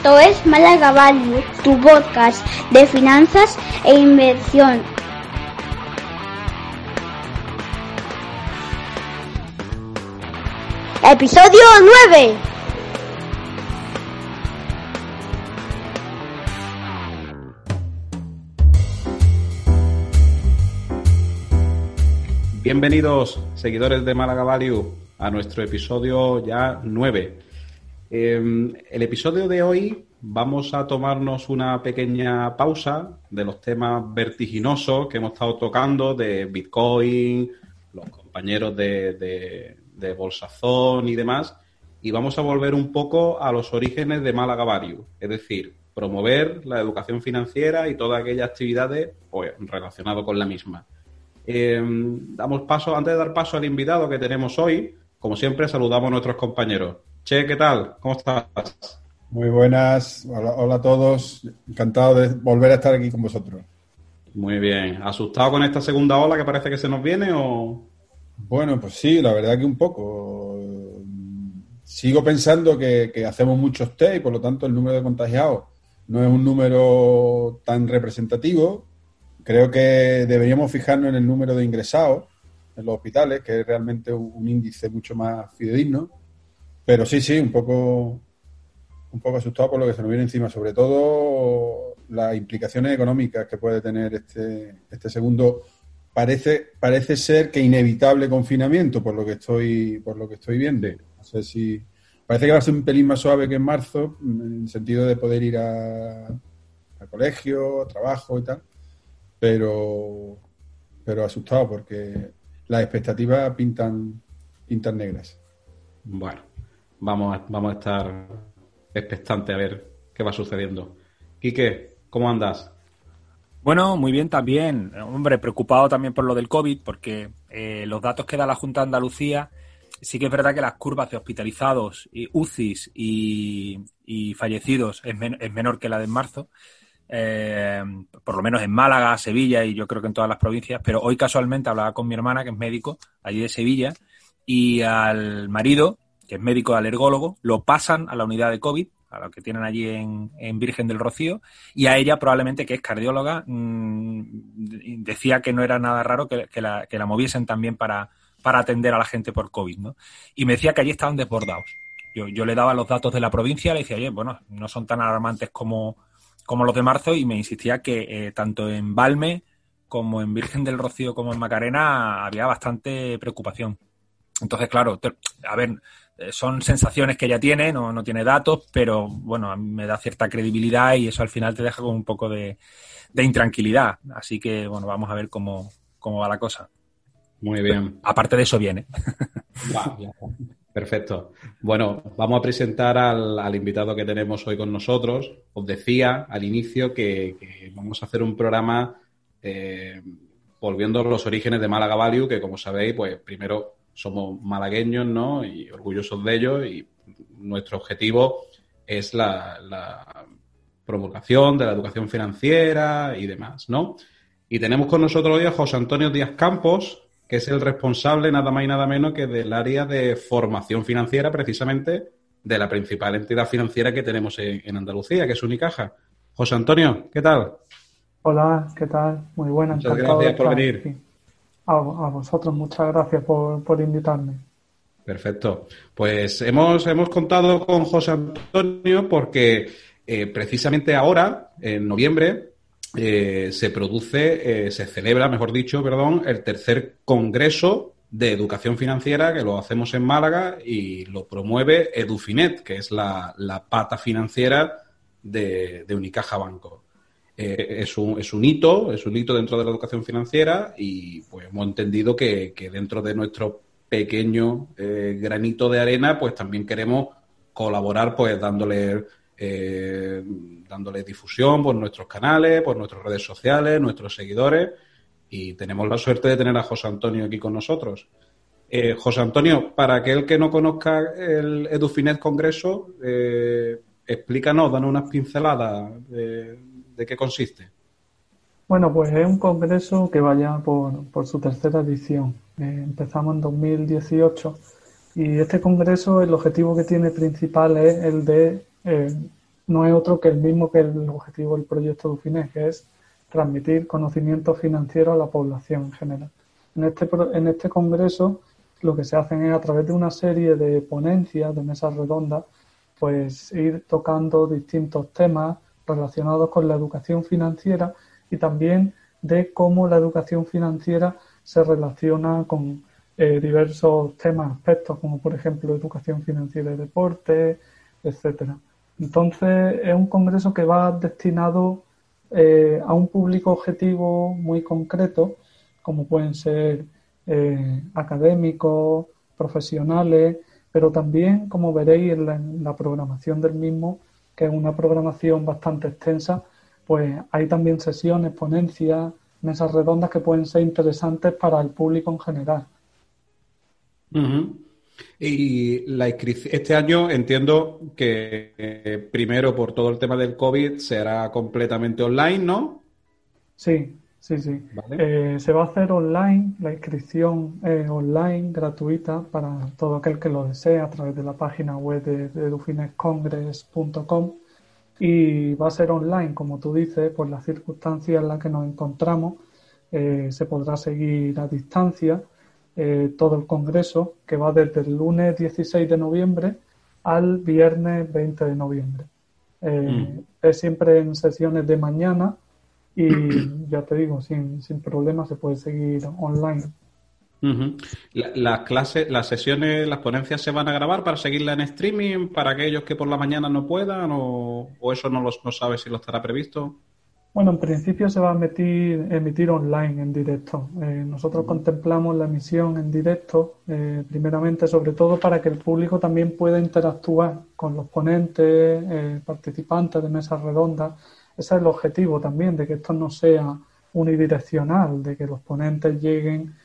Esto es Málaga Value, tu podcast de finanzas e inversión. Episodio 9. Bienvenidos, seguidores de Málaga Value, a nuestro episodio ya 9. El episodio de hoy vamos a tomarnos una pequeña pausa de los temas vertiginosos que hemos estado tocando de Bitcoin, los compañeros de Bolsazón y demás, y vamos a volver un poco a los orígenes de Málaga Value, es decir, promover la educación financiera y todas aquellas actividades relacionadas con la misma. Antes de dar paso al invitado que tenemos hoy, como siempre, saludamos a nuestros compañeros. Che, ¿qué tal? ¿Cómo estás? Muy buenas. Hola a todos. Encantado de volver a estar aquí con vosotros. Muy bien. ¿Asustado con esta segunda ola que parece que se nos viene o...? Bueno, pues sí, la verdad que un poco. Sigo pensando que hacemos muchos test y por lo tanto el número de contagiados no es un número tan representativo. Creo que deberíamos fijarnos en el número de ingresados en los hospitales, que es realmente un índice mucho más fidedigno. Pero sí, un poco asustado por lo que se nos viene encima, sobre todo las implicaciones económicas que puede tener este segundo, parece ser que inevitable confinamiento, por lo que estoy viendo. No sé si parece que va a ser un pelín más suave que en marzo, en el sentido de poder ir a colegio, trabajo y tal, pero asustado porque las expectativas pintan negras. Bueno, vamos a estar expectantes a ver qué va sucediendo. Quique, ¿cómo andas? Bueno, muy bien también. Hombre, preocupado también por lo del COVID, porque los datos que da la Junta de Andalucía, sí que es verdad que las curvas de hospitalizados, y UCIs y fallecidos es menor que la de marzo, por lo menos en Málaga, Sevilla y yo creo que en todas las provincias, pero hoy casualmente hablaba con mi hermana, que es médico, allí de Sevilla, y al marido, que es médico alergólogo, lo pasan a la unidad de COVID, a lo que tienen allí en Virgen del Rocío, y a ella probablemente, que es cardióloga, decía que no era nada raro que la moviesen también para atender a la gente por COVID, ¿no? Y me decía que allí estaban desbordados. Yo le daba los datos de la provincia, le decía, oye, bueno, no son tan alarmantes como los de marzo, y me insistía que tanto en Valme como en Virgen del Rocío como en Macarena había bastante preocupación. Entonces, claro, a ver, son sensaciones que ella tiene, no tiene datos, pero bueno, a mí me da cierta credibilidad y eso al final te deja con un poco de intranquilidad. Así que, bueno, vamos a ver cómo va la cosa. Muy bien. Pero, aparte de eso viene. Wow, perfecto. Bueno, vamos a presentar al invitado que tenemos hoy con nosotros. Os decía al inicio que vamos a hacer un programa volviendo a los orígenes de Málaga Value, que como sabéis, pues primero somos malagueños, ¿no? Y orgullosos de ello, y nuestro objetivo es la promulgación de la educación financiera y demás, ¿no? Y tenemos con nosotros hoy a José Antonio Díaz Campos, que es el responsable nada más y nada menos que del área de formación financiera, precisamente de la principal entidad financiera que tenemos en Andalucía, que es Unicaja. José Antonio, ¿qué tal? Hola, ¿qué tal? Muy buena. Muchas gracias por venir. A vosotros, muchas gracias por invitarme. Perfecto. Pues hemos contado con José Antonio porque precisamente ahora, en noviembre, se celebra, mejor dicho, el tercer Congreso de Educación Financiera, que lo hacemos en Málaga y lo promueve Edufinet, que es la pata financiera de Unicaja Banco. Es un hito dentro de la educación financiera y pues hemos entendido que dentro de nuestro pequeño granito de arena pues también queremos colaborar pues dándole difusión por nuestros canales, por nuestras redes sociales, nuestros seguidores, y tenemos la suerte de tener a José Antonio aquí con nosotros. José Antonio, para aquel que no conozca el Edufinet Congreso, explícanos, danos unas pinceladas de qué consiste. Bueno, pues es un congreso que va ya por su tercera edición. Empezamos en 2018 y este congreso, el objetivo que tiene principal es el de no es otro que el mismo que el objetivo del proyecto Dauphiné, que es transmitir conocimiento financiero a la población en general. En este congreso lo que se hacen es, a través de una serie de ponencias, de mesas redondas, pues ir tocando distintos temas relacionados con la educación financiera y también de cómo la educación financiera se relaciona con diversos temas, aspectos, como por ejemplo educación financiera y deporte, etcétera. Entonces es un congreso que va destinado a un público objetivo muy concreto, como pueden ser académicos, profesionales, pero también, como veréis en la programación del mismo, que es una programación bastante extensa, pues hay también sesiones, ponencias, mesas redondas que pueden ser interesantes para el público en general. Uh-huh. Y este año entiendo que primero por todo el tema del COVID será completamente online, ¿no? Sí. Vale. Se va a hacer online, la inscripción es online, gratuita, para todo aquel que lo desee a través de la página web de dauphinescongress.com, y va a ser online, como tú dices, por las circunstancias en las que nos encontramos. Se podrá seguir a distancia todo el congreso, que va desde el lunes 16 de noviembre al viernes 20 de noviembre. Es siempre en sesiones de mañana y ya te digo, sin problema se puede seguir online. Uh-huh. Las clases, las sesiones, las ponencias se van a grabar para seguirla en streaming para aquellos que por la mañana no puedan o eso no sabe si lo estará previsto. Bueno, en principio se va a emitir online, en directo. Nosotros contemplamos la emisión en directo, primeramente, sobre todo para que el público también pueda interactuar con los ponentes, participantes de mesas redondas. Ese es el objetivo también, de que esto no sea unidireccional, de que los ponentes lleguen,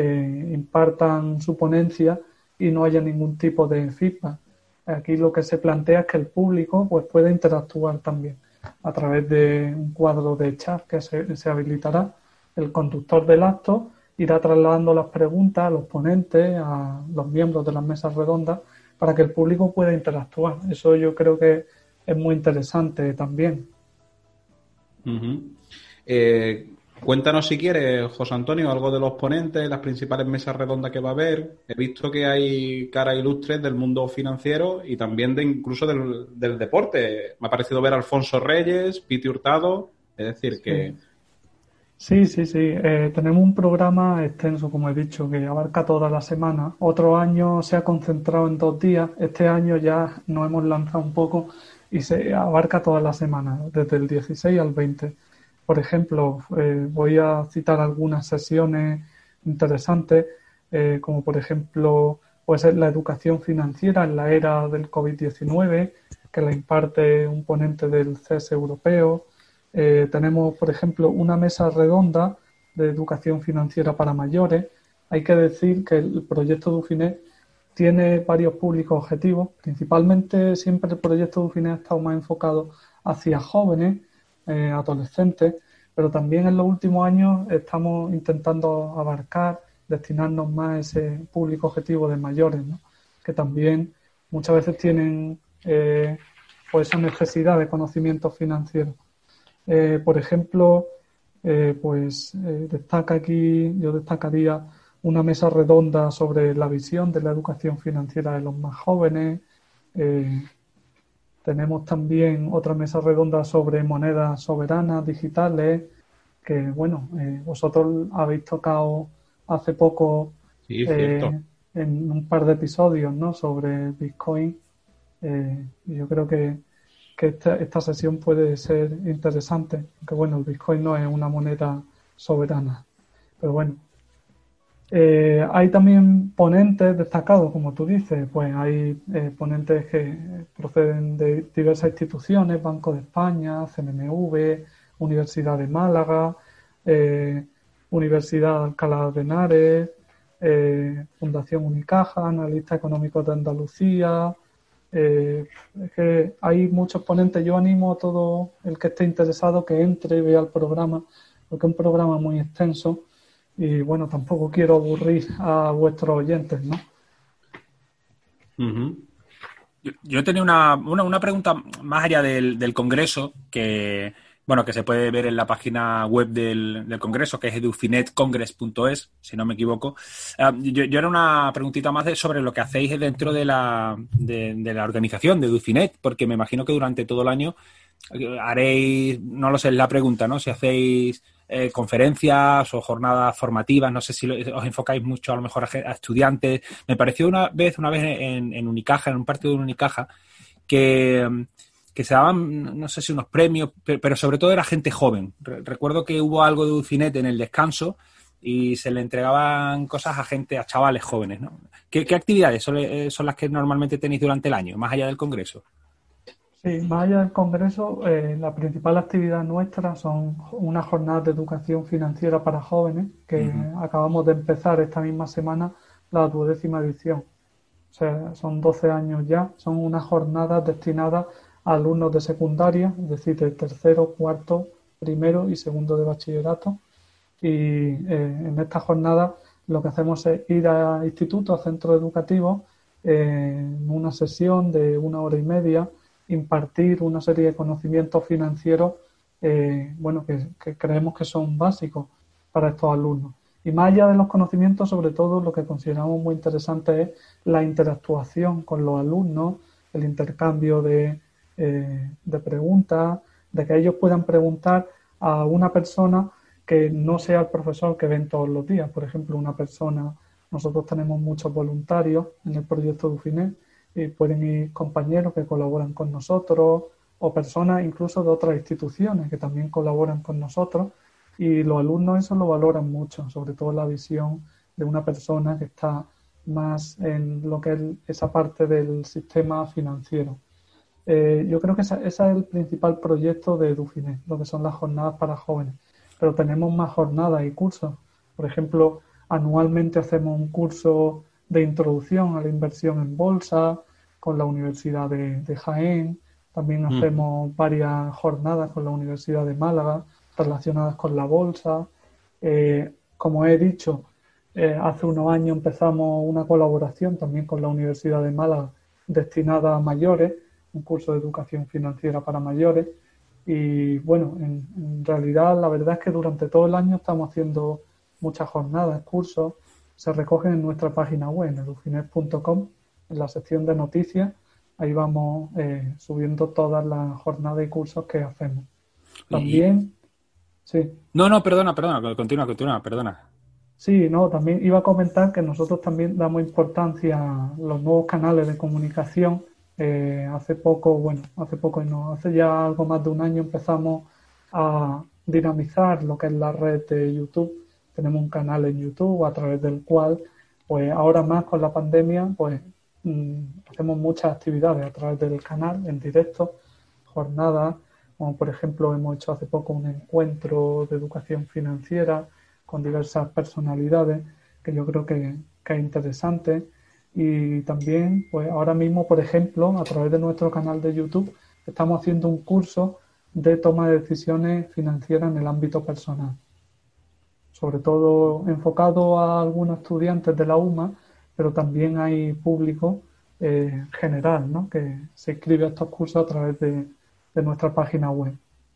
impartan su ponencia y no haya ningún tipo de feedback. Aquí lo que se plantea es que el público pues pueda interactuar también a través de un cuadro de chat que se habilitará. El conductor del acto irá trasladando las preguntas a los ponentes, a los miembros de las mesas redondas, para que el público pueda interactuar. Eso yo creo que es muy interesante también. Uh-huh. Cuéntanos si quieres, José Antonio, algo de los ponentes, las principales mesas redondas que va a haber. He visto que hay caras ilustres del mundo financiero y también incluso del deporte. Me ha parecido ver a Alfonso Reyes, Piti Hurtado, es decir, que... Sí. Tenemos un programa extenso, como he dicho, que abarca toda la semana. Otro año se ha concentrado en 2 días. Este año ya nos hemos lanzado un poco y se abarca toda la semana, desde el 16 al 20. Por ejemplo, voy a citar algunas sesiones interesantes, como por ejemplo puede ser la educación financiera en la era del COVID-19, que la imparte un ponente del CES europeo. Tenemos, por ejemplo, una mesa redonda de educación financiera para mayores. Hay que decir que el proyecto Dauphiné tiene varios públicos objetivos. Principalmente siempre el proyecto Dauphiné ha estado más enfocado hacia jóvenes, adolescentes, pero también en los últimos años estamos intentando destinarnos más a ese público objetivo de mayores, ¿no? Que también muchas veces tienen pues esa necesidad de conocimientos financieros. Por ejemplo, yo destacaría una mesa redonda sobre la visión de la educación financiera de los más jóvenes. Tenemos también otra mesa redonda sobre monedas soberanas digitales, que bueno, vosotros habéis tocado hace poco Sí, cierto. en un par de episodios, ¿no?, sobre Bitcoin. Y yo creo que esta sesión puede ser interesante, aunque bueno, el Bitcoin no es una moneda soberana, pero bueno. Hay también ponentes destacados, como tú dices, pues hay ponentes que proceden de diversas instituciones, Banco de España, CNMV, Universidad de Málaga, Universidad de Alcalá de Henares, Fundación Unicaja, Analistas Económicos de Andalucía. Es que hay muchos ponentes. Yo animo a todo el que esté interesado que entre y vea el programa, porque es un programa muy extenso y bueno, tampoco quiero aburrir a vuestros oyentes, ¿no? Uh-huh. Yo tenía una pregunta más allá del Congreso, que se puede ver en la página web del Congreso, que es edufinetcongress.es, si no me equivoco. Yo era una preguntita más sobre lo que hacéis dentro de la organización de Edufinet, porque me imagino que durante todo el año haréis, no lo sé, es la pregunta, ¿no? Si hacéis conferencias o jornadas formativas, no sé si os enfocáis mucho a lo mejor a estudiantes. Me pareció una vez en Unicaja, en un partido de Unicaja, que se daban, no sé si unos premios, pero sobre todo era gente joven. Recuerdo que hubo algo de Ufinet en el descanso y se le entregaban cosas a chavales jóvenes, ¿no? ¿Qué actividades son las que normalmente tenéis durante el año, más allá del Congreso? Sí, más allá del Congreso, la principal actividad nuestra son unas jornadas de educación financiera para jóvenes que acabamos de empezar esta misma semana, la 12ª edición. O sea, son 12 años ya, son unas jornadas destinadas a alumnos de secundaria, es decir, de tercero, cuarto, primero y segundo de bachillerato. Y en estas jornadas lo que hacemos es ir a institutos, a centros educativos, en una sesión de 1 hora y media, impartir una serie de conocimientos financieros que creemos que son básicos para estos alumnos. Y más allá de los conocimientos, sobre todo lo que consideramos muy interesante es la interactuación con los alumnos, el intercambio de preguntas, de que ellos puedan preguntar a una persona que no sea el profesor que ven todos los días. Por ejemplo, nosotros tenemos muchos voluntarios en el proyecto Dufinet, y pueden ir compañeros que colaboran con nosotros o personas incluso de otras instituciones que también colaboran con nosotros, y los alumnos eso lo valoran mucho, sobre todo la visión de una persona que está más en lo que es esa parte del sistema financiero. Yo creo que ese es el principal proyecto de Dufinet, lo que son las jornadas para jóvenes, pero tenemos más jornadas y cursos. Por ejemplo, anualmente hacemos un curso de introducción a la inversión en bolsa con la Universidad de Jaén. También hacemos varias jornadas con la Universidad de Málaga relacionadas con la bolsa. Como he dicho, hace unos años empezamos una colaboración también con la Universidad de Málaga destinada a mayores, un curso de educación financiera para mayores. Y bueno, en realidad la verdad es que durante todo el año estamos haciendo muchas jornadas, cursos. Se recogen en nuestra página web, en edufinet.com, en la sección de noticias. Ahí vamos subiendo todas las jornadas y cursos que hacemos. También, sí. No, perdona, continúa, perdona. Sí, no, también iba a comentar que nosotros también damos importancia a los nuevos canales de comunicación. Hace ya algo más de un año empezamos a dinamizar lo que es la red de YouTube. Tenemos un canal en YouTube a través del cual, pues ahora más con la pandemia, pues hacemos muchas actividades a través del canal, en directo, jornadas, como por ejemplo hemos hecho hace poco un encuentro de educación financiera con diversas personalidades, que yo creo que es interesante. Y también, pues ahora mismo, por ejemplo, a través de nuestro canal de YouTube, estamos haciendo un curso de toma de decisiones financieras en el ámbito personal, sobre todo enfocado a algunos estudiantes de la UMA, pero también hay público general, ¿no?, que se inscribe a estos cursos a través de nuestra página web.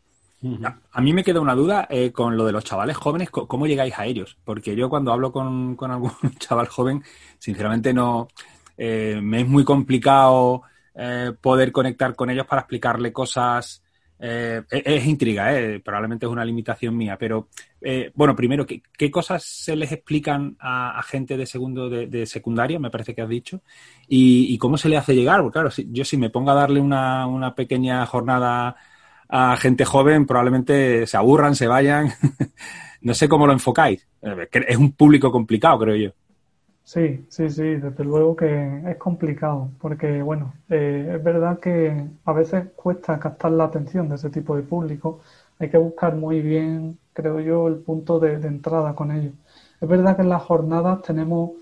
A mí me queda una duda con lo de los chavales jóvenes, ¿cómo llegáis a ellos? Porque yo cuando hablo con algún chaval joven, sinceramente no me es muy complicado poder conectar con ellos para explicarle cosas. Es intriga, probablemente es una limitación mía, pero primero, ¿qué cosas se les explican a gente de segundo de secundaria, me parece que has dicho? ¿Y cómo se le hace llegar? Porque claro, si me pongo a darle una pequeña jornada a gente joven, probablemente se aburran, se vayan. No sé cómo lo enfocáis. Es un público complicado, creo yo. Sí, desde luego que es complicado, porque es verdad que a veces cuesta captar la atención de ese tipo de público. Hay que buscar muy bien, creo yo, el punto de entrada con ellos. Es verdad que en las jornadas tenemos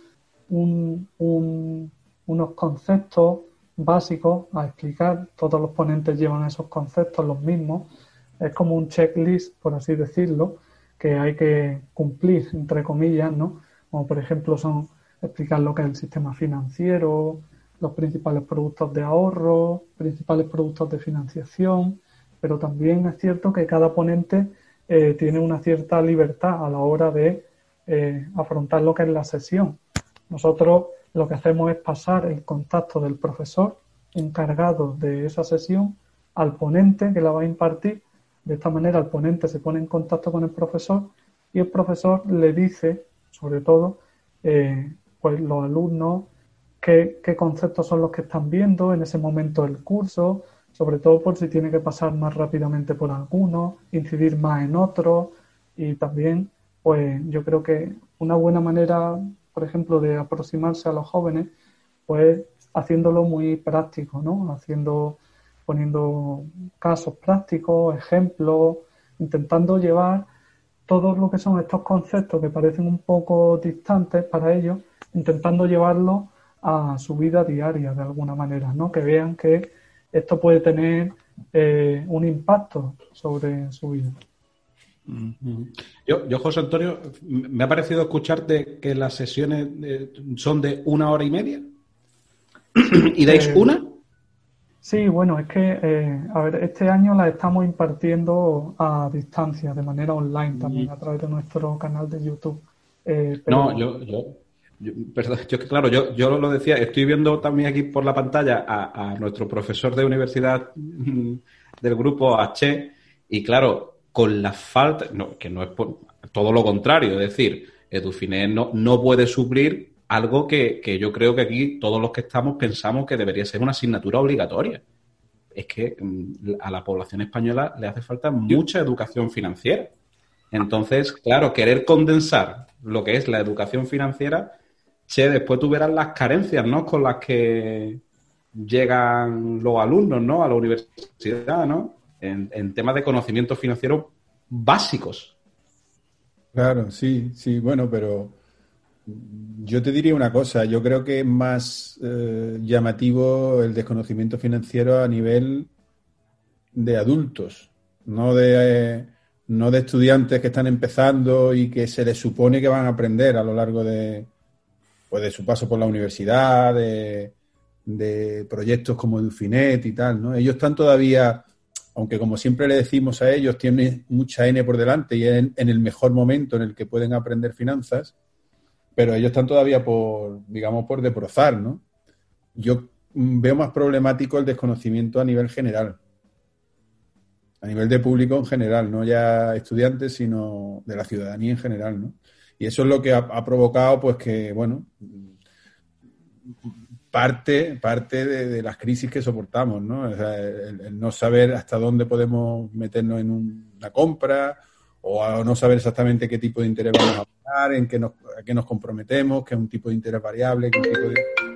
unos conceptos básicos a explicar. Todos los ponentes llevan esos conceptos los mismos. Es como un checklist, por así decirlo, que hay que cumplir, entre comillas, ¿no? Como por ejemplo explicar lo que es el sistema financiero, los principales productos de ahorro, principales productos de financiación, pero también es cierto que cada ponente tiene una cierta libertad a la hora de afrontar lo que es la sesión. Nosotros lo que hacemos es pasar el contacto del profesor encargado de esa sesión al ponente que la va a impartir. De esta manera el ponente se pone en contacto con el profesor y el profesor le dice, sobre todo, pues los alumnos qué conceptos son los que están viendo en ese momento del curso, sobre todo por si tiene que pasar más rápidamente por algunos, incidir más en otros, y también, pues yo creo que una buena manera, por ejemplo, de aproximarse a los jóvenes, pues haciéndolo muy práctico, ¿no? Poniendo casos prácticos, ejemplos, intentando llevar todo lo que son estos conceptos que parecen un poco distantes para ellos, intentando llevarlos a su vida diaria de alguna manera, ¿no? Que vean que esto puede tener un impacto sobre su vida. Yo, José Antonio, me ha parecido escucharte que las sesiones son de 1 hora y media. ¿Y dais una? Sí, bueno, es que, a ver, este año la estamos impartiendo a distancia, de manera online también, a través de nuestro canal de YouTube. No, perdón, yo lo decía, estoy viendo también aquí por la pantalla a nuestro profesor de universidad del grupo H, y claro, con la falta, que no es todo lo contrario, es decir, Edufiner no puede suplir algo que yo creo que aquí todos los que estamos pensamos que debería ser una asignatura obligatoria. Es que a la población española le hace falta mucha educación financiera. Entonces, claro, querer condensar lo que es la educación financiera, después tú verás las carencias, ¿no?, con las que llegan los alumnos, ¿no?, a la universidad, ¿no?, en temas de conocimientos financieros básicos. Claro, sí, bueno, pero yo te diría una cosa, yo creo que es más llamativo el desconocimiento financiero a nivel de adultos, no de estudiantes que están empezando y que se les supone que van a aprender a lo largo de su paso por la universidad, de proyectos como Edufinet y tal, ¿no? Ellos están todavía, aunque como siempre le decimos a ellos, tienen mucha N por delante y en el mejor momento en el que pueden aprender finanzas, pero ellos están todavía por debrozar, ¿no? Yo veo más problemático el desconocimiento a nivel general, a nivel de público en general, no ya estudiantes, sino de la ciudadanía en general, ¿no? Y eso es lo que ha provocado, pues, que, bueno, parte de las crisis que soportamos, ¿no? O sea, el no saber hasta dónde podemos meternos en una compra, o a no saber exactamente qué tipo de interés vamos a pagar, a qué nos comprometemos, qué es un tipo de interés variable, qué un tipo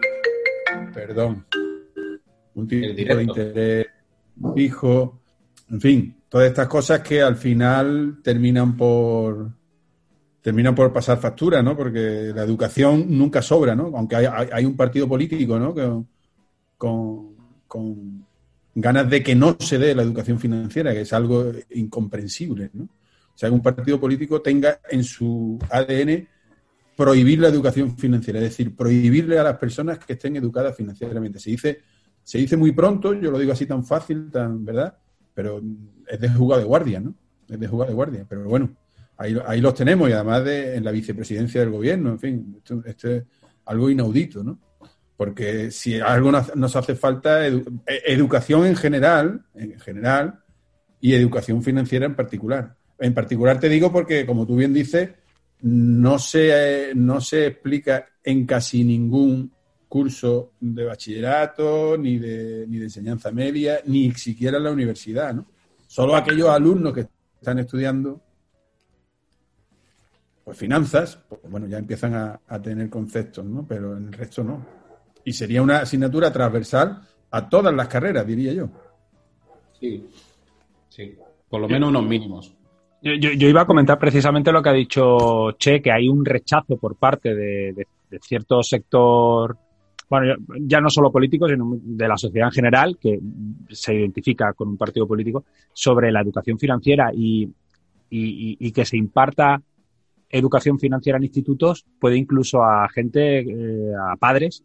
de interés fijo, en fin, todas estas cosas que al final terminan por pasar factura, ¿no? Porque la educación nunca sobra, ¿no? Aunque hay un partido político, ¿no?, con ganas de que no se dé la educación financiera, que es algo incomprensible, ¿no? O sea, que un partido político tenga en su ADN prohibir la educación financiera, es decir, prohibirle a las personas que estén educadas financieramente. Se dice muy pronto, yo lo digo así tan fácil, ¿verdad? Pero es de jugar de guardia, ¿no? Es de jugar de guardia. Pero bueno, ahí los tenemos, y además en la vicepresidencia del gobierno, en fin, esto es algo inaudito, ¿no? Porque si algo nos hace falta, educación en general, y educación financiera en particular. En particular te digo porque, como tú bien dices, no se explica en casi ningún curso de bachillerato, ni de enseñanza media, ni siquiera en la universidad, ¿no? Solo aquellos alumnos que están estudiando pues finanzas, pues bueno, ya empiezan a tener conceptos, ¿no? Pero en el resto no. Y sería una asignatura transversal a todas las carreras, diría yo. Sí, por lo menos unos mínimos. Yo iba a comentar precisamente lo que ha dicho Che, que hay un rechazo por parte de cierto sector, bueno, ya no solo político, sino de la sociedad en general, que se identifica con un partido político, sobre la educación financiera y que se imparta educación financiera en institutos, puede incluso a gente, a padres,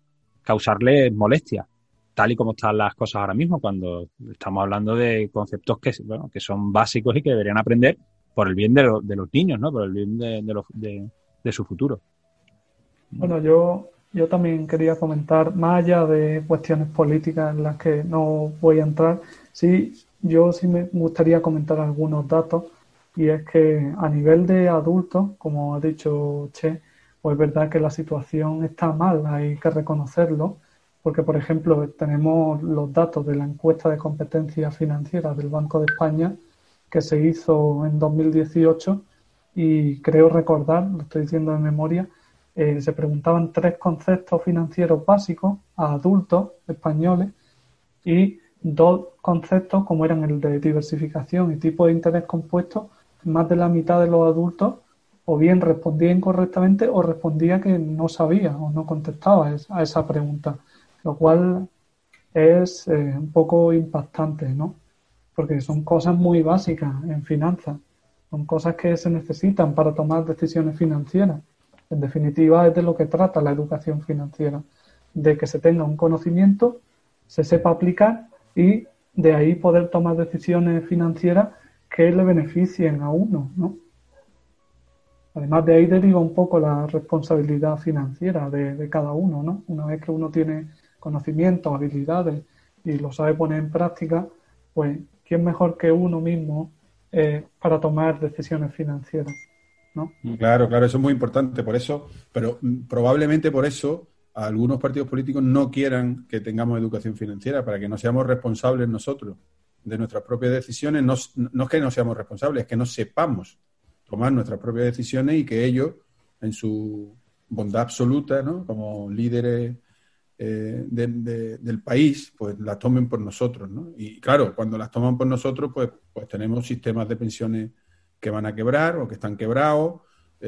causarles molestia, tal y como están las cosas ahora mismo, cuando estamos hablando de conceptos que son básicos y que deberían aprender por el bien de los niños, ¿no? Por el bien de su futuro. Bueno, yo también quería comentar, más allá de cuestiones políticas en las que no voy a entrar, yo sí me gustaría comentar algunos datos, y es que a nivel de adultos, como ha dicho Che, pues es verdad que la situación está mal, hay que reconocerlo, porque por ejemplo tenemos los datos de la encuesta de competencia financiera del Banco de España que se hizo en 2018 y creo recordar, lo estoy diciendo de memoria, se preguntaban 3 conceptos financieros básicos a adultos españoles y 2 conceptos como eran el de diversificación y tipo de interés compuesto. Más de la mitad de los adultos o bien respondía incorrectamente o respondía que no sabía o no contestaba a esa pregunta, lo cual es un poco impactante, ¿no? Porque son cosas muy básicas en finanzas, son cosas que se necesitan para tomar decisiones financieras. En definitiva, es de lo que trata la educación financiera, de que se tenga un conocimiento, se sepa aplicar y de ahí poder tomar decisiones financieras que le beneficien a uno, ¿no? Además, de ahí deriva un poco la responsabilidad financiera de cada uno, ¿no? Una vez que uno tiene conocimientos, habilidades y lo sabe poner en práctica, pues, ¿quién mejor que uno mismo para tomar decisiones financieras, ¿no? Claro, eso es muy importante, por eso, pero probablemente por eso algunos partidos políticos no quieran que tengamos educación financiera, para que no seamos responsables nosotros de nuestras propias decisiones. No es que no seamos responsables, es que no sepamos tomar nuestras propias decisiones y que ellos, en su bondad absoluta, ¿no?, como líderes del país, pues las tomen por nosotros, ¿no? Y claro, cuando las toman por nosotros, pues tenemos sistemas de pensiones que van a quebrar o que están quebrados,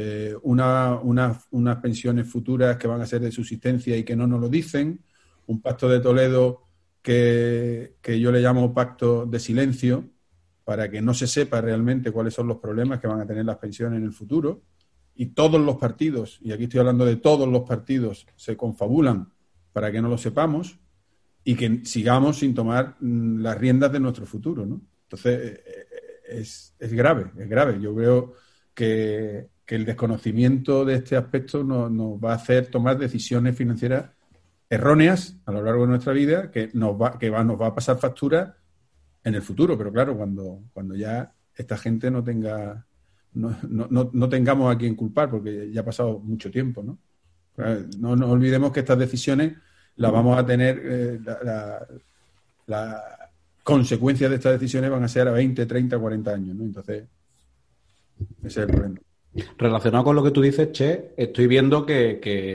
unas pensiones futuras que van a ser de subsistencia y que no nos lo dicen, un pacto de Toledo que yo le llamo pacto de silencio, para que no se sepa realmente cuáles son los problemas que van a tener las pensiones en el futuro, y todos los partidos, y aquí estoy hablando de todos los partidos, se confabulan para que no lo sepamos y que sigamos sin tomar las riendas de nuestro futuro, ¿no? Entonces, es grave. Yo veo que el desconocimiento de este aspecto nos va a hacer tomar decisiones financieras erróneas a lo largo de nuestra vida, que nos va a pasar factura en el futuro. Pero claro, cuando ya esta gente no tengamos a quien culpar, porque ya ha pasado mucho tiempo, ¿no? No nos olvidemos que estas decisiones las vamos a tener, las consecuencias de estas decisiones van a ser a 20, 30, 40 años, ¿no? Entonces, ese es el problema. Relacionado con lo que tú dices, Che, estoy viendo que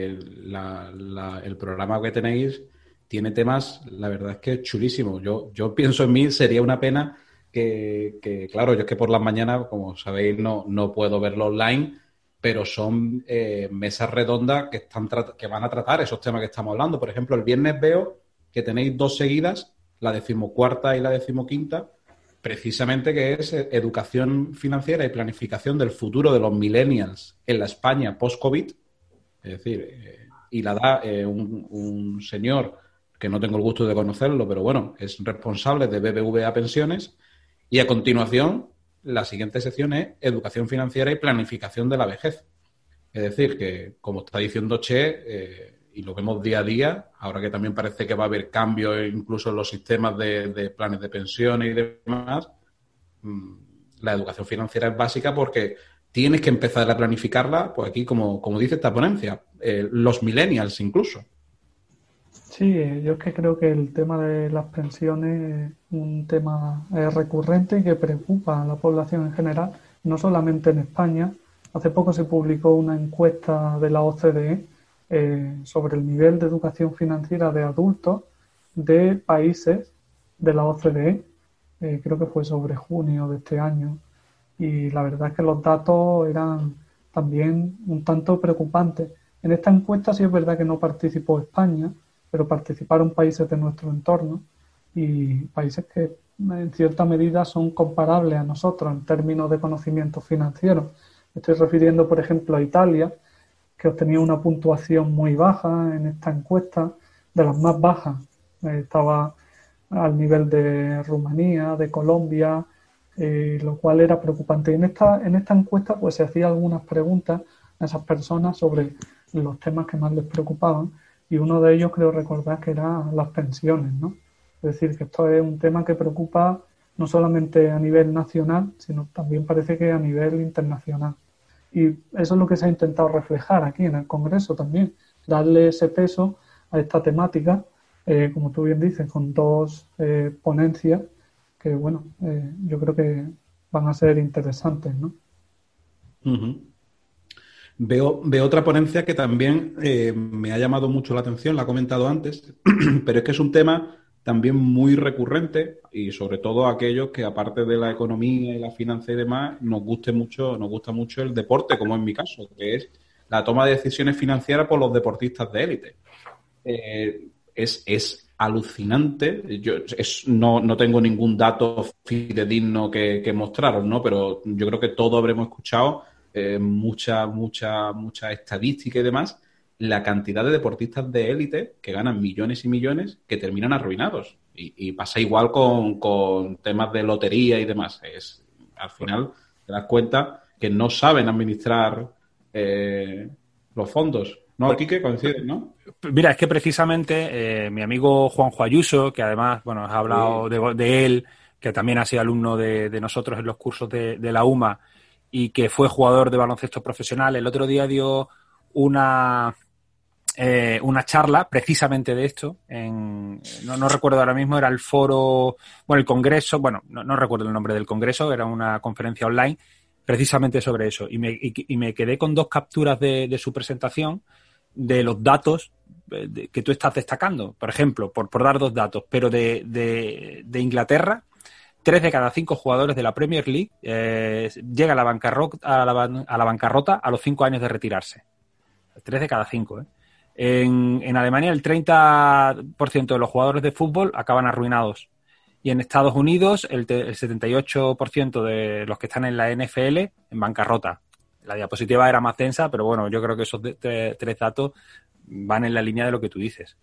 el programa que tenéis tiene temas, la verdad es que chulísimos. Yo pienso en mí, sería una pena que claro, yo es que por las mañanas, como sabéis, no puedo verlo online, pero son mesas redondas que van a tratar esos temas que estamos hablando. Por ejemplo, el viernes veo que tenéis 2 seguidas, la 14ª y la 15ª, precisamente, que es educación financiera y planificación del futuro de los millennials en la España post-COVID. Es decir, y la da un señor que no tengo el gusto de conocerlo, pero bueno, es responsable de BBVA Pensiones. Y a continuación, la siguiente sección es educación financiera y planificación de la vejez. Es decir, que como está diciendo Che, y lo vemos día a día, ahora que también parece que va a haber cambios incluso en los sistemas de planes de pensiones y demás, la educación financiera es básica porque tienes que empezar a planificarla, pues aquí, como dice esta ponencia, los millennials incluso. Sí, yo es que creo que el tema de las pensiones es un tema recurrente y que preocupa a la población en general, no solamente en España. Hace poco se publicó una encuesta de la OCDE sobre el nivel de educación financiera de adultos de países de la OCDE, creo que fue sobre junio de este año, y la verdad es que los datos eran también un tanto preocupantes. En esta encuesta sí es verdad que no participó España, pero participaron países de nuestro entorno y países que en cierta medida son comparables a nosotros en términos de conocimientos financieros. Me estoy refiriendo, por ejemplo, a Italia, que obtenía una puntuación muy baja en esta encuesta, de las más bajas. Estaba al nivel de Rumanía, de Colombia, lo cual era preocupante. En esta encuesta pues se hacía algunas preguntas a esas personas sobre los temas que más les preocupaban, y uno de ellos creo recordar que eran las pensiones, ¿no? Es decir, que esto es un tema que preocupa no solamente a nivel nacional, sino también parece que a nivel internacional. Y eso es lo que se ha intentado reflejar aquí en el Congreso también, darle ese peso a esta temática, como tú bien dices, con dos ponencias que, bueno, yo creo que van a ser interesantes, ¿no? Uh-huh. Veo otra ponencia que también me ha llamado mucho la atención, la he comentado antes, pero es que es un tema también muy recurrente y sobre todo a aquellos que, aparte de la economía y la finanza y demás, nos gusta mucho el deporte, como en mi caso, que es la toma de decisiones financieras por los deportistas de élite. Es alucinante. No tengo ningún dato fidedigno que mostraros, ¿no? Pero yo creo que todos habremos escuchado mucha estadística y demás, la cantidad de deportistas de élite que ganan millones y millones que terminan arruinados. Y pasa igual con temas de lotería y demás. Al final te das cuenta que no saben administrar los fondos. No, Quique, coincides, ¿no? Mira, es que precisamente mi amigo Juanjo Ayuso, que además, bueno, has hablado de él, que también ha sido alumno de nosotros en los cursos de la UMA y que fue jugador de baloncesto profesional, el otro día dio una charla precisamente de esto. No recuerdo ahora mismo, era el foro, bueno, el congreso, bueno, no recuerdo el nombre del congreso, era una conferencia online precisamente sobre eso. Y me quedé con dos capturas de su presentación de los datos que tú estás destacando. Por ejemplo, por dar dos datos, pero de Inglaterra, 3 de cada 5 jugadores de la Premier League llega a la bancarrota a los 5 años de retirarse. 3 de cada 5, ¿eh? En Alemania el 30% de los jugadores de fútbol acaban arruinados. Y en Estados Unidos el 78% de los que están en la NFL en bancarrota. La diapositiva era más densa, pero bueno, yo creo que esos 3 datos van en la línea de lo que tú dices.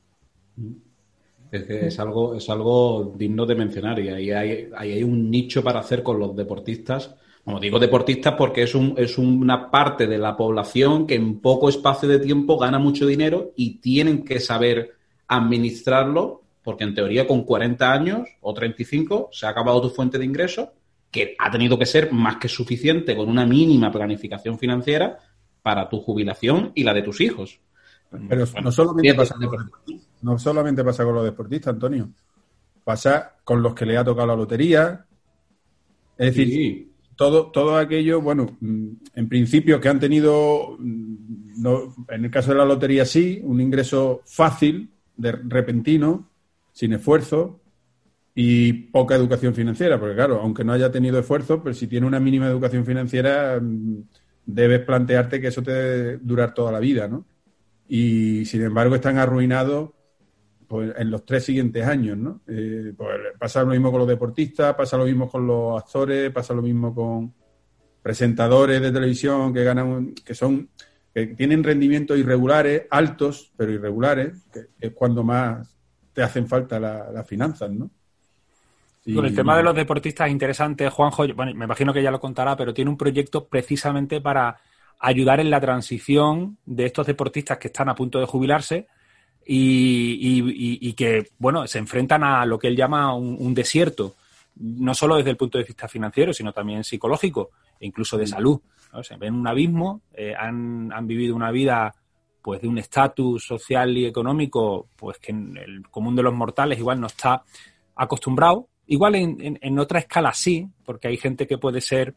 Es que es algo digno de mencionar, y ahí hay un nicho para hacer con los deportistas. Como digo deportistas porque es una parte de la población que en poco espacio de tiempo gana mucho dinero y tienen que saber administrarlo, porque en teoría con 40 años o 35 se ha acabado tu fuente de ingresos, que ha tenido que ser más que suficiente con una mínima planificación financiera para tu jubilación y la de tus hijos. Pero no solamente pasa con los deportistas, Antonio. Pasa con los que le ha tocado la lotería. Es decir, sí, todo aquello, bueno, en principio que han tenido, no, en el caso de la lotería sí, un ingreso fácil, repentino, sin esfuerzo y poca educación financiera, porque claro, aunque no haya tenido esfuerzo, pero si tiene una mínima educación financiera, debes plantearte que eso te debe durar toda la vida, ¿no? Y sin embargo están arruinados pues, en los 3 siguientes años, ¿no? Pues pasa lo mismo con los deportistas, pasa lo mismo con los actores, pasa lo mismo con presentadores de televisión que ganan, que tienen rendimientos irregulares, altos, pero irregulares, que es cuando más te hacen falta las finanzas, ¿no? Con el tema de los deportistas es interesante, Juanjo, bueno, me imagino que ya lo contará, pero tiene un proyecto precisamente para ayudar en la transición de estos deportistas que están a punto de jubilarse y que, bueno, se enfrentan a lo que él llama un desierto, no solo desde el punto de vista financiero, sino también psicológico e incluso de salud, ¿no? Se ven un abismo, han vivido una vida pues de un estatus social y económico pues que en el común de los mortales igual no está acostumbrado. Igual en otra escala sí, porque hay gente que puede ser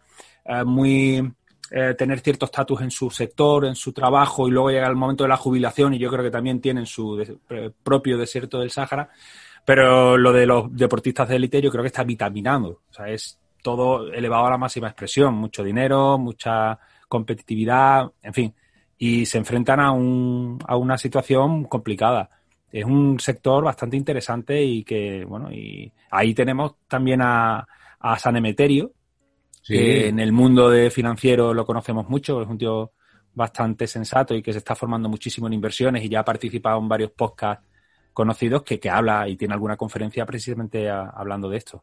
tener cierto estatus en su sector, en su trabajo, y luego llega el momento de la jubilación y yo creo que también tienen su propio desierto del Sáhara, pero lo de los deportistas de élite yo creo que está vitaminado, o sea, es todo elevado a la máxima expresión, mucho dinero, mucha competitividad, en fin, y se enfrentan a una situación complicada. Es un sector bastante interesante y que, bueno, y ahí tenemos también a San Emeterio, sí, que en el mundo financiero lo conocemos mucho, es un tío bastante sensato y que se está formando muchísimo en inversiones y ya ha participado en varios podcasts conocidos que habla y tiene alguna conferencia precisamente hablando de esto.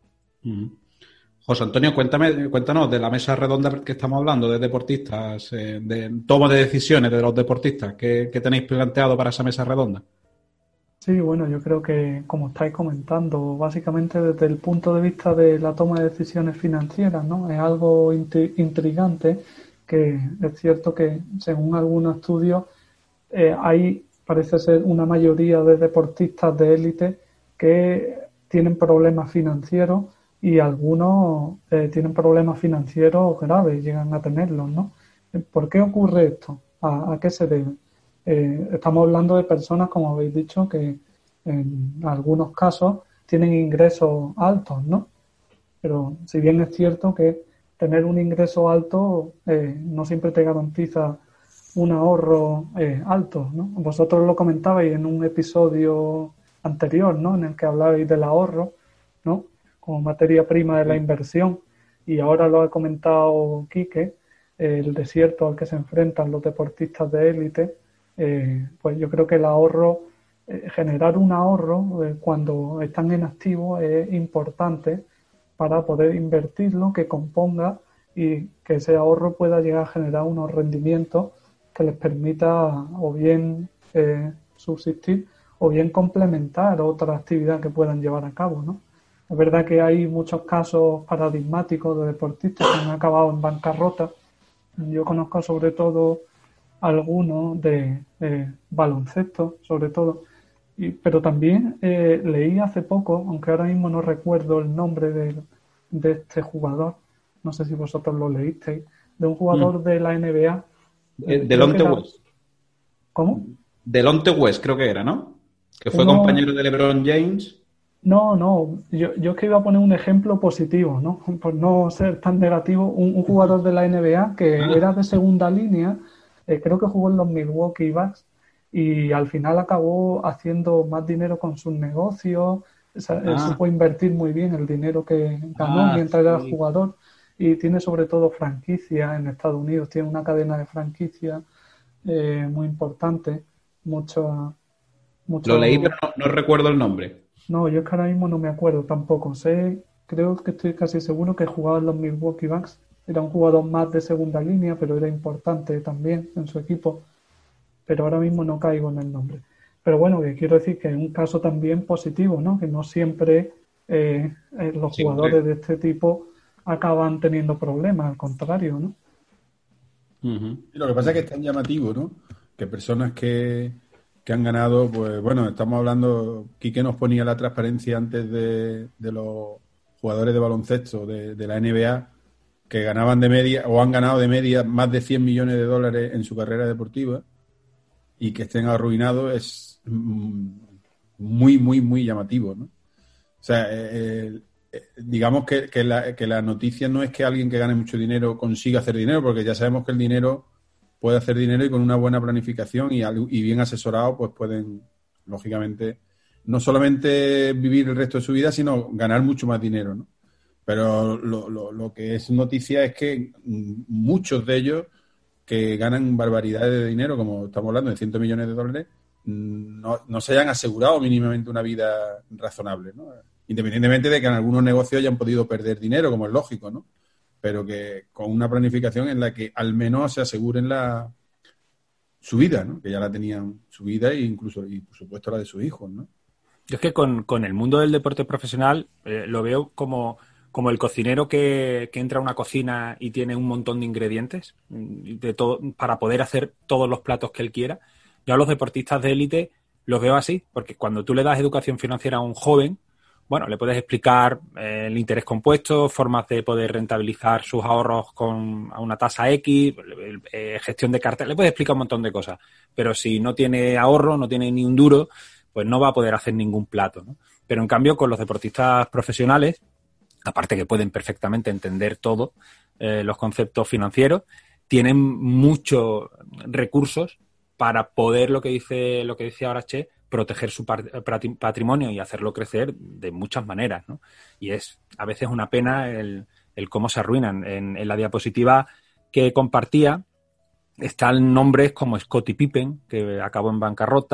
José Antonio, cuéntanos de la mesa redonda que estamos hablando, de deportistas, de toma de decisiones de los deportistas. ¿Qué tenéis planteado para esa mesa redonda? Sí, bueno, yo creo que, como estáis comentando, básicamente desde el punto de vista de la toma de decisiones financieras, ¿no? Es algo intrigante, que es cierto que, según algunos estudios, hay, parece ser, una mayoría de deportistas de élite que tienen problemas financieros y algunos tienen problemas financieros graves, llegan a tenerlos, ¿no? ¿Por qué ocurre esto? ¿A qué se debe? Estamos hablando de personas, como habéis dicho, que en algunos casos tienen ingresos altos, ¿no? Pero si bien es cierto que tener un ingreso alto no siempre te garantiza un ahorro alto, ¿no? Vosotros lo comentabais en un episodio anterior, ¿no? En el que hablabais del ahorro, ¿no? Como materia prima de la inversión, y ahora lo ha comentado Quique, el desierto al que se enfrentan los deportistas de élite. Pues yo creo que el ahorro, generar un ahorro cuando están en activo es importante para poder invertirlo, que componga y que ese ahorro pueda llegar a generar unos rendimientos que les permita o bien subsistir o bien complementar otra actividad que puedan llevar a cabo, ¿no? Es verdad que hay muchos casos paradigmáticos de deportistas que han acabado en bancarrota. Yo conozco sobre todo algunos de baloncesto, sobre todo, pero también leí hace poco, aunque ahora mismo no recuerdo el nombre de este jugador, no sé si vosotros lo leísteis, de un jugador de la NBA. Delonte West. ¿Cómo? Delonte West creo que era, ¿no? Que fue compañero de LeBron James. No, yo es que iba a poner un ejemplo positivo, ¿no? Por no ser tan negativo, un jugador de la NBA que era de segunda línea, creo que jugó en los Milwaukee Bucks y al final acabó haciendo más dinero con sus negocios, supo invertir muy bien el dinero que ganó mientras era jugador, y tiene sobre todo franquicia en Estados Unidos, tiene una cadena de franquicia muy importante, mucho. Lo leí, pero no recuerdo el nombre. No, yo es que ahora mismo no me acuerdo tampoco. Creo que estoy casi seguro que jugaba en los Milwaukee Bucks. Era un jugador más de segunda línea, pero era importante también en su equipo. Pero ahora mismo no caigo en el nombre. Pero bueno, que quiero decir que es un caso también positivo, ¿no? Que no siempre los jugadores de este tipo acaban teniendo problemas, al contrario, ¿no? Y lo que pasa es que es tan llamativo, ¿no? Que personas que han ganado, pues bueno, estamos hablando, Quique nos ponía la transparencia antes de los jugadores de baloncesto de la NBA, que ganaban de media, o han ganado de media más de 100 millones de dólares en su carrera deportiva, y que estén arruinados es muy, muy, muy llamativo, ¿no? O sea, digamos que la noticia no es que alguien que gane mucho dinero consiga hacer dinero, porque ya sabemos que el dinero puede hacer dinero, y con una buena planificación y bien asesorado, pues pueden, lógicamente, no solamente vivir el resto de su vida, sino ganar mucho más dinero, ¿no? Pero lo que es noticia es que muchos de ellos que ganan barbaridades de dinero, como estamos hablando de 100 millones de dólares, no se hayan asegurado mínimamente una vida razonable, ¿no? Independientemente de que en algunos negocios hayan podido perder dinero, como es lógico, ¿no? Pero que con una planificación en la que al menos se aseguren su vida, ¿no? Que ya la tenían, su vida e incluso, y por supuesto, la de sus hijos, ¿no? Yo es que con el mundo del deporte profesional lo veo como el cocinero que entra a una cocina y tiene un montón de ingredientes de todo, para poder hacer todos los platos que él quiera. Yo a los deportistas de élite los veo así, porque cuando tú le das educación financiera a un joven, bueno, le puedes explicar el interés compuesto, formas de poder rentabilizar sus ahorros a una tasa X, gestión de cartera, le puedes explicar un montón de cosas. Pero si no tiene ahorro, no tiene ni un duro, pues no va a poder hacer ningún plato, ¿no? Pero en cambio, con los deportistas profesionales, aparte que pueden perfectamente entender todo, los conceptos financieros, tienen muchos recursos para poder, lo que dice ahora Che, proteger su patrimonio y hacerlo crecer de muchas maneras, ¿no? Y es a veces una pena el cómo se arruinan. En la diapositiva que compartía están nombres como Scottie Pippen, que acabó en bancarrota,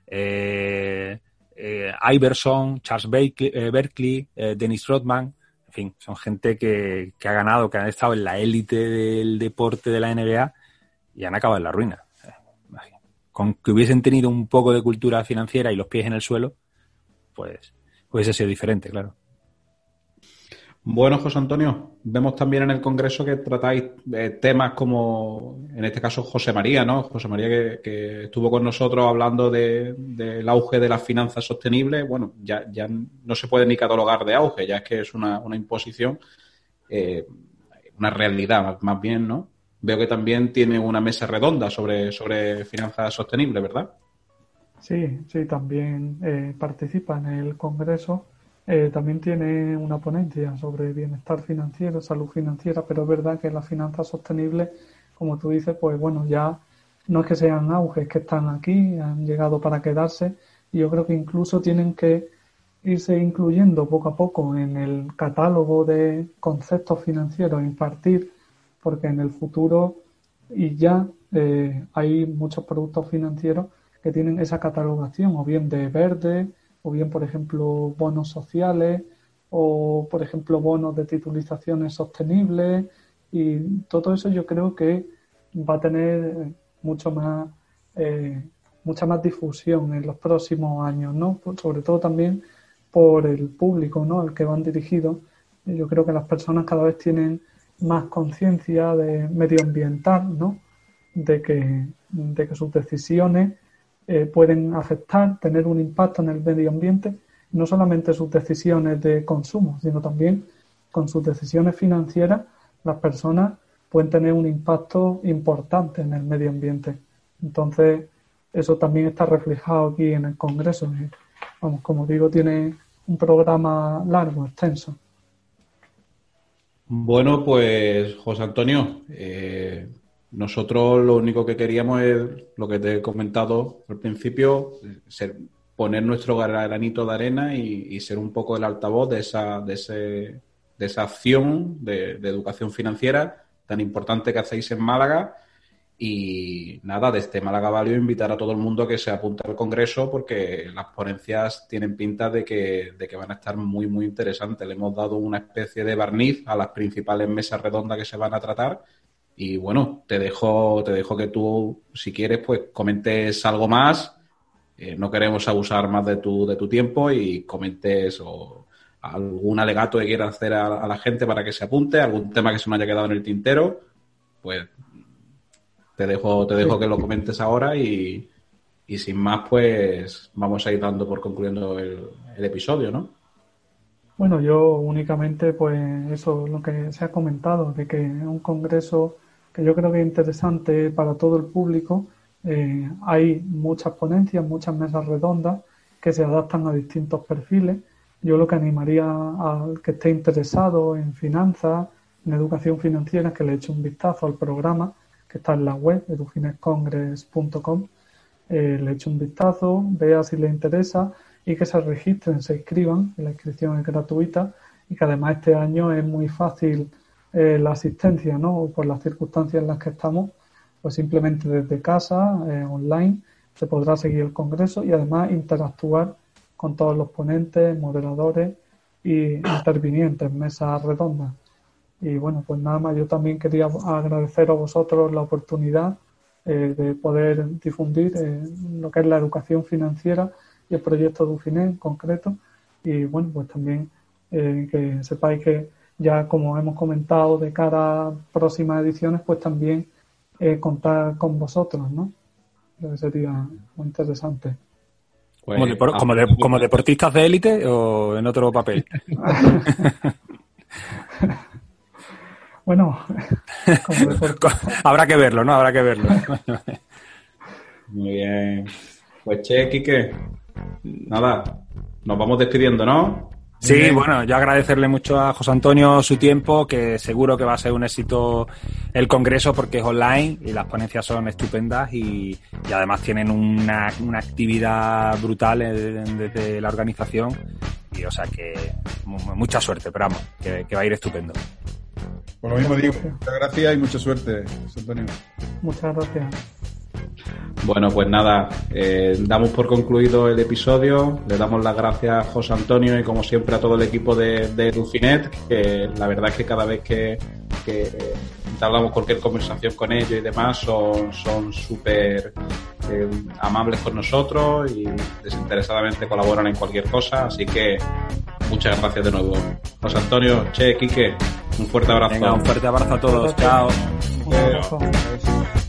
Iverson, Charles Berkeley, Dennis Rodman, en fin, son gente que ha ganado, que han estado en la élite del deporte de la NBA y han acabado en la ruina. Con que hubiesen tenido un poco de cultura financiera y los pies en el suelo, pues hubiese sido diferente, claro. Bueno, José Antonio, vemos también en el Congreso que tratáis temas como, en este caso, José María, ¿no? José María que estuvo con nosotros hablando del auge de las finanzas sostenibles. Bueno, ya no se puede ni catalogar de auge, ya es que es una imposición, una realidad más bien, ¿no? Veo que también tiene una mesa redonda sobre finanzas sostenibles, ¿verdad? Sí, también participa en el Congreso. También tiene una ponencia sobre bienestar financiero, salud financiera, pero es verdad que las finanzas sostenibles, como tú dices, pues bueno, ya no es que sean auges, que están aquí, han llegado para quedarse, y yo creo que incluso tienen que irse incluyendo poco a poco en el catálogo de conceptos financieros a impartir, porque en el futuro y ya hay muchos productos financieros que tienen esa catalogación, o bien de verde, o bien, por ejemplo, bonos sociales, o, por ejemplo, bonos de titulizaciones sostenibles, y todo eso yo creo que va a tener mucha más difusión en los próximos años, ¿no? Sobre todo también por el público, ¿no?, al que van dirigidos. Yo creo que las personas cada vez tienen más conciencia de medioambiental, ¿no?, de que sus decisiones pueden afectar, tener un impacto en el medio ambiente, no solamente sus decisiones de consumo, sino también con sus decisiones financieras, las personas pueden tener un impacto importante en el medio ambiente. Entonces, eso también está reflejado aquí en el Congreso. Vamos, como digo, tiene un programa largo, extenso. Bueno, pues, José Antonio, nosotros lo único que queríamos es lo que te he comentado al principio, poner nuestro granito de arena y ser un poco el altavoz de esa acción de educación financiera tan importante que hacéis en Málaga. Y nada, desde Málaga Value invitar a todo el mundo que se apunte al Congreso, porque las ponencias tienen pinta de que van a estar muy, muy interesantes. Le hemos dado una especie de barniz a las principales mesas redondas que se van a tratar. Y bueno, te dejo que tú, si quieres, pues comentes algo más. No queremos abusar más de tu tiempo y comentes algún alegato que quieras hacer a la gente para que se apunte, algún tema que se me haya quedado en el tintero. Pues te dejo que lo comentes ahora y sin más, pues vamos a ir dando por concluyendo el episodio, ¿no? Bueno, yo únicamente, pues eso, lo que se ha comentado, de que es un congreso que yo creo que es interesante para todo el público. Hay muchas ponencias, muchas mesas redondas que se adaptan a distintos perfiles. Yo lo que animaría al que esté interesado en finanzas, en educación financiera, es que le eche un vistazo al programa que está en la web, edufinescongress.com. Le eche un vistazo, vea si le interesa y que se registren, se inscriban. La inscripción es gratuita y que además este año es muy fácil la asistencia, ¿no? Por las circunstancias en las que estamos, pues simplemente desde casa, online, se podrá seguir el congreso y además interactuar con todos los ponentes, moderadores y intervinientes en mesas redondas. Y bueno, pues nada más, yo también quería agradecer a vosotros la oportunidad de poder difundir lo que es la educación financiera y el proyecto Edufines en concreto. Y bueno, pues también que sepáis que ya, como hemos comentado, de cara a próximas ediciones, pues también contar con vosotros, ¿no? Creo que sería muy interesante. Pues, ¿Como deportistas de élite o en otro papel? Bueno, habrá que verlo, ¿no? Habrá que verlo. Muy bien. Pues Quique, nada, nos vamos despidiendo, ¿no? Sí, bueno, yo agradecerle mucho a José Antonio su tiempo, que seguro que va a ser un éxito el congreso porque es online y las ponencias son estupendas y además tienen una actividad brutal desde la organización y o sea que mucha suerte, pero vamos, que va a ir estupendo. Por lo mismo digo, muchas gracias y mucha suerte, José Antonio. Muchas gracias. Bueno, pues nada, damos por concluido el episodio, le damos las gracias a José Antonio y como siempre a todo el equipo de Dufinet, que la verdad es que cada vez que entablamos cualquier conversación con ellos y demás son súper amables con nosotros y desinteresadamente colaboran en cualquier cosa, así que muchas gracias de nuevo. José Antonio, Quique, un fuerte abrazo. Venga, un fuerte abrazo a todos, chao. Un abrazo.